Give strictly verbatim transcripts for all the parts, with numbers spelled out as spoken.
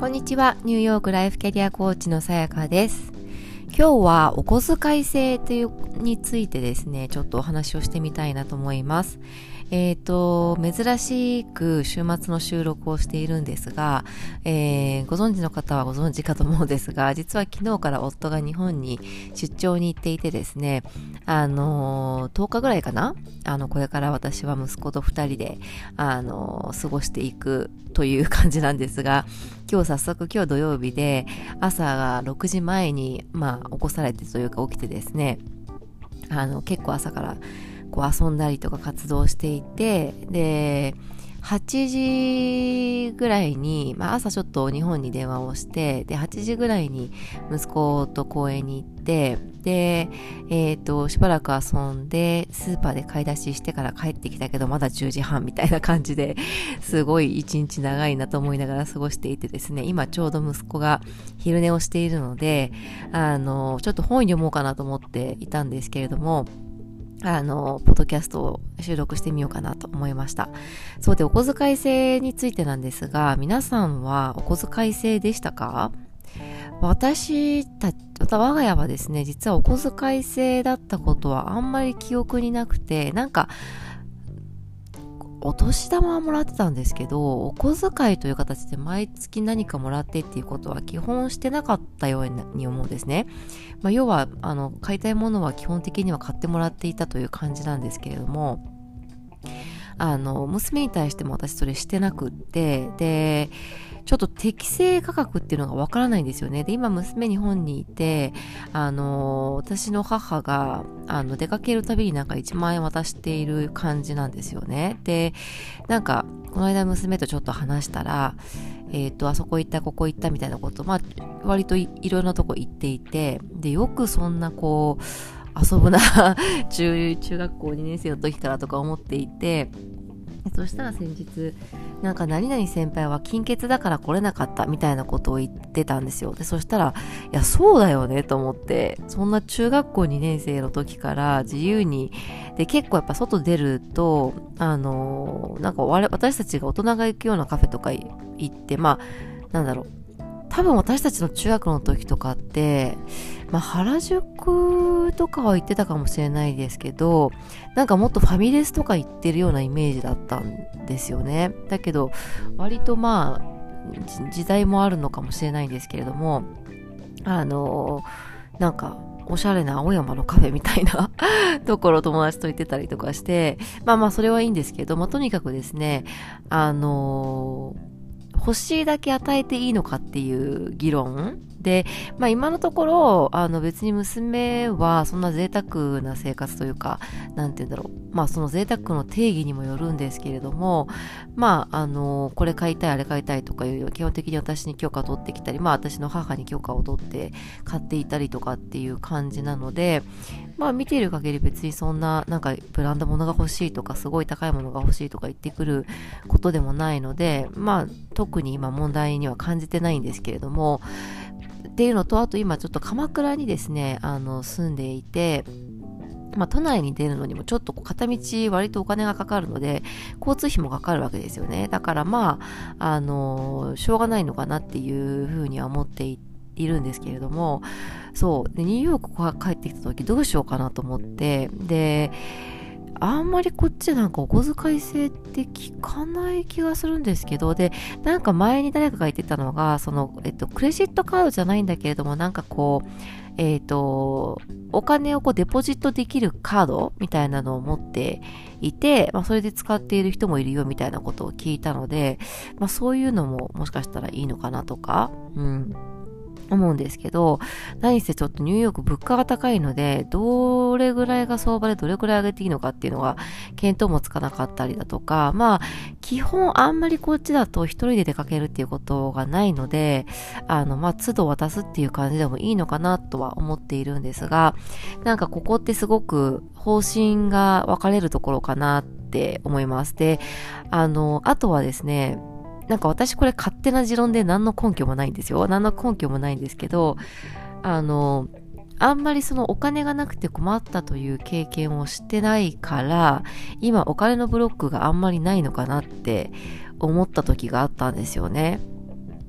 こんにちは。ニューヨークライフキャリアコーチのさやかです。今日はお小遣い制というについてですね、ちょっとお話をしてみたいなと思います。えっと、珍しく週末の収録をしているんですが、えー、ご存知の方はご存知かと思うんですが、実は昨日から夫が日本に出張に行っていてですね、あのー、とおかぐらいかなあの、これから私は息子とふたりで、あのー、過ごしていくという感じなんですが、今日早速今日土曜日で朝がろくじまえに、まあ、起こされてというか起きてですね、あの、結構朝からこう遊んだりとか活動していて、で、はちじぐらいに、まあ朝ちょっと日本に電話をして、で、はちじぐらいに息子と公園に行って、で、えっと、しばらく遊んで、スーパーで買い出ししてから帰ってきたけど、まだじゅうじはんみたいな感じで、すごい一日長いなと思いながら過ごしていてですね、今ちょうど息子が昼寝をしているので、あの、ちょっと本読もうかなと思っていたんですけれども、あの、ポッドキャストを収録してみようかなと思いました。そうで、お小遣い制についてなんですが、皆さんはお小遣い制でしたか？私たち、我が家はですね、実はお小遣い制だったことはあんまり記憶になくて、なんか、お年玉はもらってたんですけど、お小遣いという形で毎月何かもらってっていうことは基本してなかったように思うんですね。まあ、要は、あの、買いたいものは基本的には買ってもらっていたという感じなんですけれども、あの、娘に対しても私それしてなくって、で、ちょっと適正価格っていうのがわからないんですよね。で、今娘日本にいて、あの、私の母が、あの、出かけるたびになんかいちまんえん渡している感じなんですよね。で、なんか、この間娘とちょっと話したら、えっと、あそこ行った、ここ行ったみたいなこと、まあ、割と い, いろんなとこ行っていて、で、よくそんなこう、遊ぶな中、中学校にねん生の時からとか思っていて、そしたら先日、なんか何々先輩は金欠だから来れなかったみたいなことを言ってたんですよ。で、そしたら、いや、そうだよねと思って、そんな中学校にねん生の時から自由に、で、結構やっぱ外出ると、あのー、なんか私たちが大人が行くようなカフェとか行って、まあ、なんだろう、多分私たちの中学の時とかって、まあ、原宿とかは行ってたかもしれないですけど、なんかもっとファミレスとか行ってるようなイメージだったんですよね。だけど、割とまあ、時代もあるのかもしれないんですけれども、あの、なんか、おしゃれな青山のカフェみたいなところを友達と行ってたりとかして、まあまあそれはいいんですけど、まあとにかくですね、あの、欲しいだけ与えていいのかっていう議論で、まあ今のところ、あの別に娘はそんな贅沢な生活というか、なんて言うんだろう。まあその贅沢の定義にもよるんですけれども、まああの、これ買いたい、あれ買いたいとかいう、基本的に私に許可を取ってきたり、まあ私の母に許可を取って買っていたりとかっていう感じなので、まあ見ている限り別にそんな、なんかブランド物が欲しいとか、すごい高いものが欲しいとか言ってくることでもないので、まあ特に今問題には感じてないんですけれども、っていうのと、あと今ちょっと鎌倉にですね、あの、住んでいて、まあ、都内に出るのにもちょっと片道割とお金がかかるので、交通費もかかるわけですよね。だからまあ、あの、しょうがないのかなっていうふうには思っているんですけれども、そう。で、ニューヨークから帰ってきた時どうしようかなと思って、で、あんまりこっちなんかお小遣い制って聞かない気がするんですけど、で、なんか前に誰かが言ってたのが、その、えっと、クレジットカードじゃないんだけれども、なんかこう、えっと、お金をこうデポジットできるカードみたいなのを持っていて、まあそれで使っている人もいるよみたいなことを聞いたので、まあそういうのももしかしたらいいのかなとか、うん。思うんですけど、何せちょっとニューヨーク物価が高いので、どれぐらいが相場でどれぐらい上げていいのかっていうのが見当もつかなかったりだとか、まあ、基本あんまりこっちだと一人で出かけるっていうことがないので、あの、まあ、都度渡すっていう感じでもいいのかなとは思っているんですが、なんかここってすごく方針が分かれるところかなって思います。で、あの、あとはですね、なんか私これ勝手な持論で何の根拠もないんですよ。何の根拠もないんですけど、あの、あんまりそのお金がなくて困ったという経験をしてないから、今お金のブロックがあんまりないのかなって思った時があったんですよね。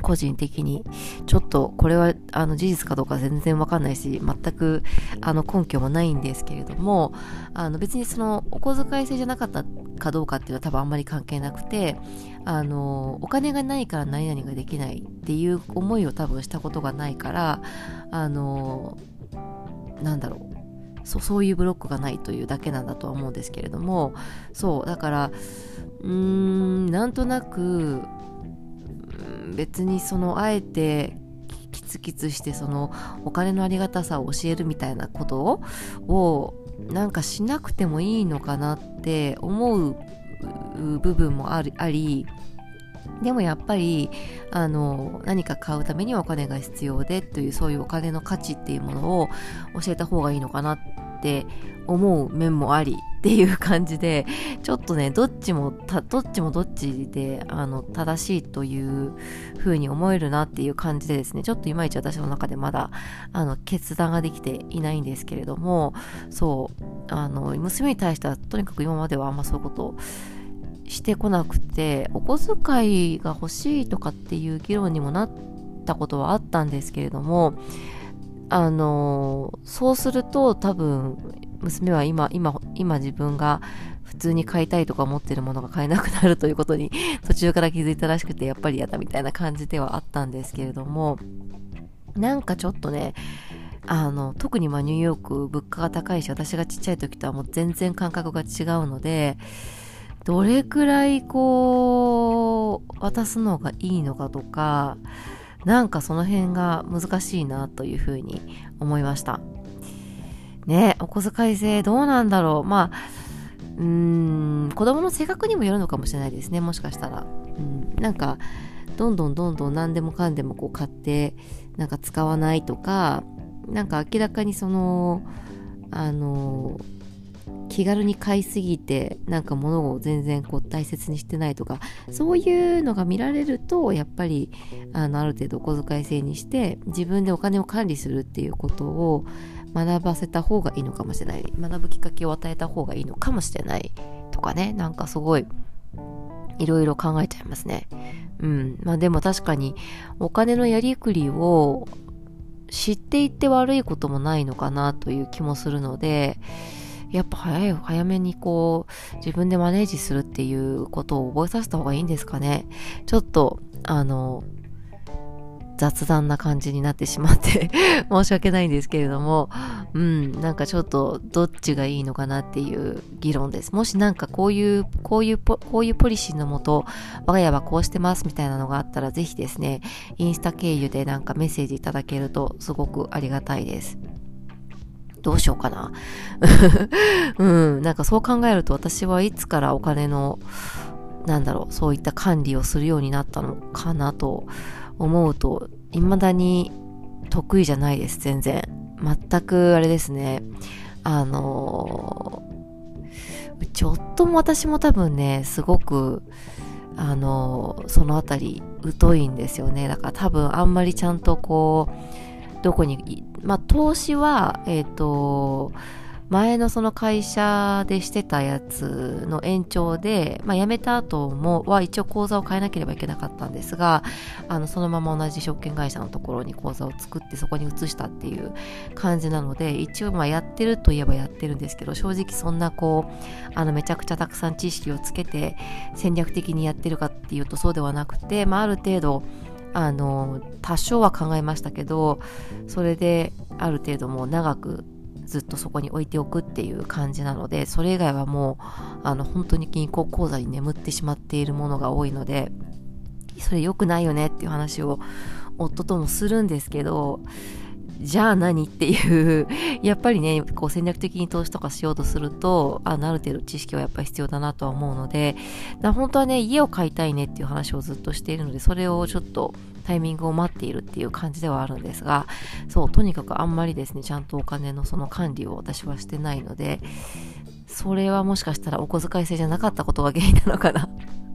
個人的に。ちょっとこれはあの事実かどうか全然わかんないし、全くあの根拠もないんですけれども、あの別にそのお小遣い制じゃなかったかどうかっていうのは多分あんまり関係なくて、あのお金がないから何々ができないっていう思いを多分したことがないから、あのなんだろう、そ, そういうブロックがないというだけなんだとは思うんですけれども、そうだからうーんなんとなく別にそのあえてキツキツしてそのお金のありがたさを教えるみたいなことをなんかしなくてもいいのかなって思う部分もあるあり、でもやっぱりあの何か買うためにはお金が必要でという、そういうお金の価値っていうものを教えた方がいいのかなって思う面もありっていう感じで、ちょっとねどっちもたどっちもどっちであの正しいという風に思えるなっていう感じでですね、ちょっといまいち私の中でまだあの決断ができていないんですけれども、そうあの娘に対してはとにかく今まではあんまそういうことをしてこなくて、お小遣いが欲しいとかっていう議論にもなったことはあったんですけれども、あのそうすると多分娘は今今今自分が普通に買いたいとか思ってるものが買えなくなるということに途中から気づいたらしくて、やっぱりやだみたいな感じではあったんですけれども、なんかちょっとねあの特にまあニューヨーク物価が高いし、私がちっちゃい時とはもう全然感覚が違うので、どれくらいこう渡すのがいいのかとか、なんかその辺が難しいなというふうに思いましたね。お小遣い制どうなんだろう。まあうーん子供の性格にもよるのかもしれないですね、もしかしたら。うん、なんかどんどんどんどん何でもかんでもこう買ってなんか使わないとか、なんか明らかにそのあの気軽に買いすぎてなんか物を全然こう大切にしてないとか、そういうのが見られるとやっぱり あのある程度お小遣い制にして自分でお金を管理するっていうことを学ばせた方がいいのかもしれない、学ぶきっかけを与えた方がいいのかもしれないとかね、なんかすごいいろいろ考えちゃいますね。うん、まあでも確かにお金のやりくりを知っていって悪いこともないのかなという気もするので、やっぱ早い早めにこう自分でマネージするっていうことを覚えさせた方がいいんですかね。ちょっとあの雑談な感じになってしまって申し訳ないんですけれども、うんなんかちょっとどっちがいいのかなっていう議論です。もしなんかこういうこういうポこういうポリシーのもと我が家はこうしてますみたいなのがあったら、ぜひですねインスタ経由でなんかメッセージいただけるとすごくありがたいです。どうしようかな。うん、なんかそう考えると私はいつからお金のなんだろうそういった管理をするようになったのかなと思うと、未だに得意じゃないです。全然全くあれですね。あのうち夫も私も多分ねすごくあのそのあたり疎いんですよね。だから多分あんまりちゃんとこうどこに、まあ投資はえっと前のその会社でしてたやつの延長で、まあ、辞めた後もは一応口座を変えなければいけなかったんですが、あのそのまま同じ証券会社のところに口座を作ってそこに移したっていう感じなので、一応まあやってるといえばやってるんですけど、正直そんなこうあのめちゃくちゃたくさん知識をつけて戦略的にやってるかっていうとそうではなくて、まあ、ある程度あの多少は考えましたけど、それである程度もう長くずっとそこに置いておくっていう感じなので、それ以外はもうあの本当に銀行口座に眠ってしまっているものが多いので、それ良くないよねっていう話を夫ともするんですけど、じゃあ何っていうやっぱりねこう戦略的に投資とかしようとすると あ, ある程度知識はやっぱり必要だなとは思うので、だ本当はね家を買いたいねっていう話をずっとしているので、それをちょっとタイミングを待っているっていう感じではあるんですが、そうとにかくあんまりですねちゃんとお金のその管理を私はしてないので、それはもしかしたらお小遣い制じゃなかったことが原因なのかな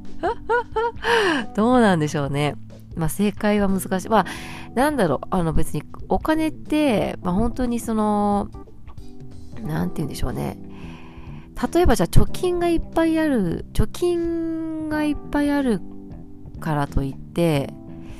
どうなんでしょうね。まあ正解は難しい。まあなんだろう、あの別にお金って、まあ本当にその、なんて言うんでしょうね。例えばじゃあ貯金がいっぱいある、貯金がいっぱいあるからといって、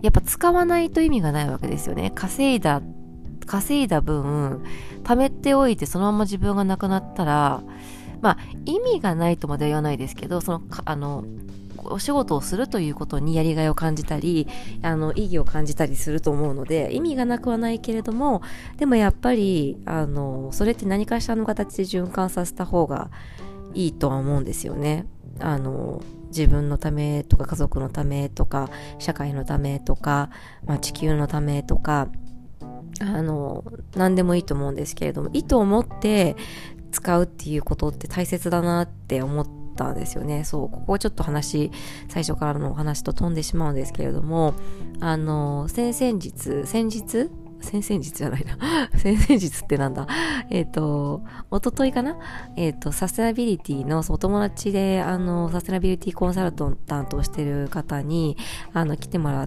やっぱ使わないと意味がないわけですよね。稼いだ、稼いだ分、貯めておいてそのまま自分がなくなったら、まあ意味がないとまでは言わないですけど、その、あの、お仕事をするということにやりがいを感じたり、あの、意義を感じたりすると思うので、意味がなくはないけれども、でもやっぱり、あの、それって何かしらの形で循環させた方がいいとは思うんですよね。あの、自分のためとか家族のためとか社会のためとか、まあ、地球のためとか、あの、何でもいいと思うんですけれども、意図を持って使うっていうことって大切だなって思ったんですよね。そう、ここをちょっと話、最初からのお話と飛んでしまうんですけれども、あの、先々日、先日先々日じゃないな。先々日ってなんだ。えっ、ー、と、一昨日かなえっ、ー、と、サステナビリティのお友達で、あの、サステナビリティコンサルタントをしてる方に、あの、来てもらって、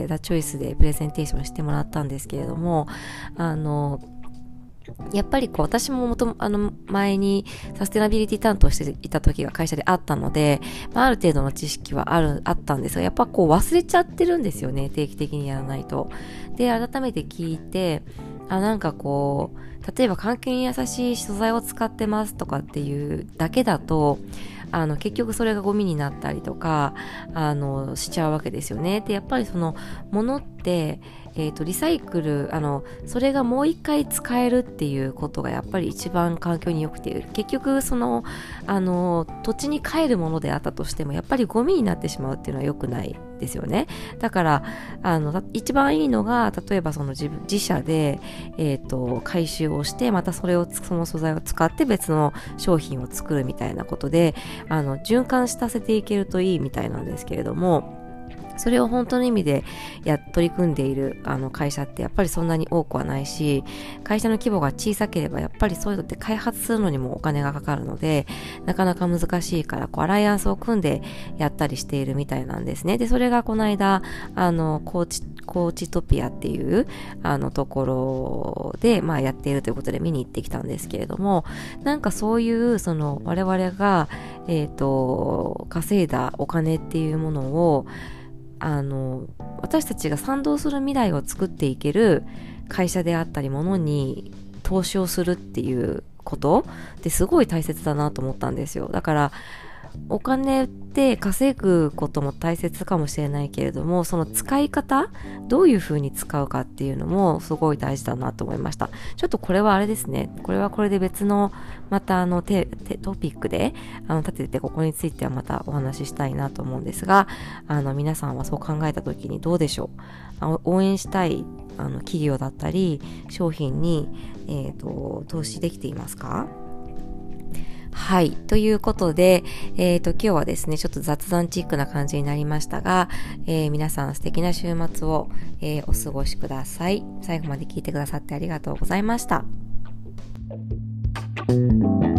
ザ・チョイスでプレゼンテーションしてもらったんですけれども、あの、やっぱりこう私ももとあの前にサステナビリティ担当していた時が会社であったので、まあ、ある程度の知識はあるあったんですが、やっぱこう忘れちゃってるんですよね、定期的にやらないと。で、改めて聞いて、あ、なんかこう例えば環境に優しい素材を使ってますとかっていうだけだと、あの結局それがゴミになったりとかあのしちゃうわけですよね。で、やっぱりそのものってえっと、リサイクル、あの、それがもう一回使えるっていうことがやっぱり一番環境に良くて、結局その、あの、土地に帰るものであったとしても、やっぱりゴミになってしまうっていうのは良くないですよね。だから、あの、一番いいのが、例えばその自分、自社で、えっと、回収をして、またそれを、その素材を使って別の商品を作るみたいなことで、あの、循環させていけるといいみたいなんですけれども、それを本当の意味でや取り組んでいるあの会社ってやっぱりそんなに多くはないし、会社の規模が小さければやっぱりそういうのって開発するのにもお金がかかるので、なかなか難しいからこうアライアンスを組んでやったりしているみたいなんですね。で、それがこの間あのコーチコーチトピアっていうあのところでまあやっているということで見に行ってきたんですけれども、なんかそういうその我々がえっと稼いだお金っていうものをあの私たちが賛同する未来を作っていける会社であったりものに投資をするっていうことってすごい大切だなと思ったんですよ。だからお金って稼ぐことも大切かもしれないけれども、その使い方、どういう風に使うかっていうのもすごい大事だなと思いました。ちょっとこれはあれですね、これはこれで別のまたあのテトピックであの立てて、ここについてはまたお話ししたいなと思うんですが、あの皆さんはそう考えた時にどうでしょう。応援したいあの企業だったり商品に、えーと、投資できていますか？はい。ということで、えっと、今日はですね、ちょっと雑談チックな感じになりましたが、えー、皆さん素敵な週末を、えー、お過ごしください。最後まで聞いてくださってありがとうございました。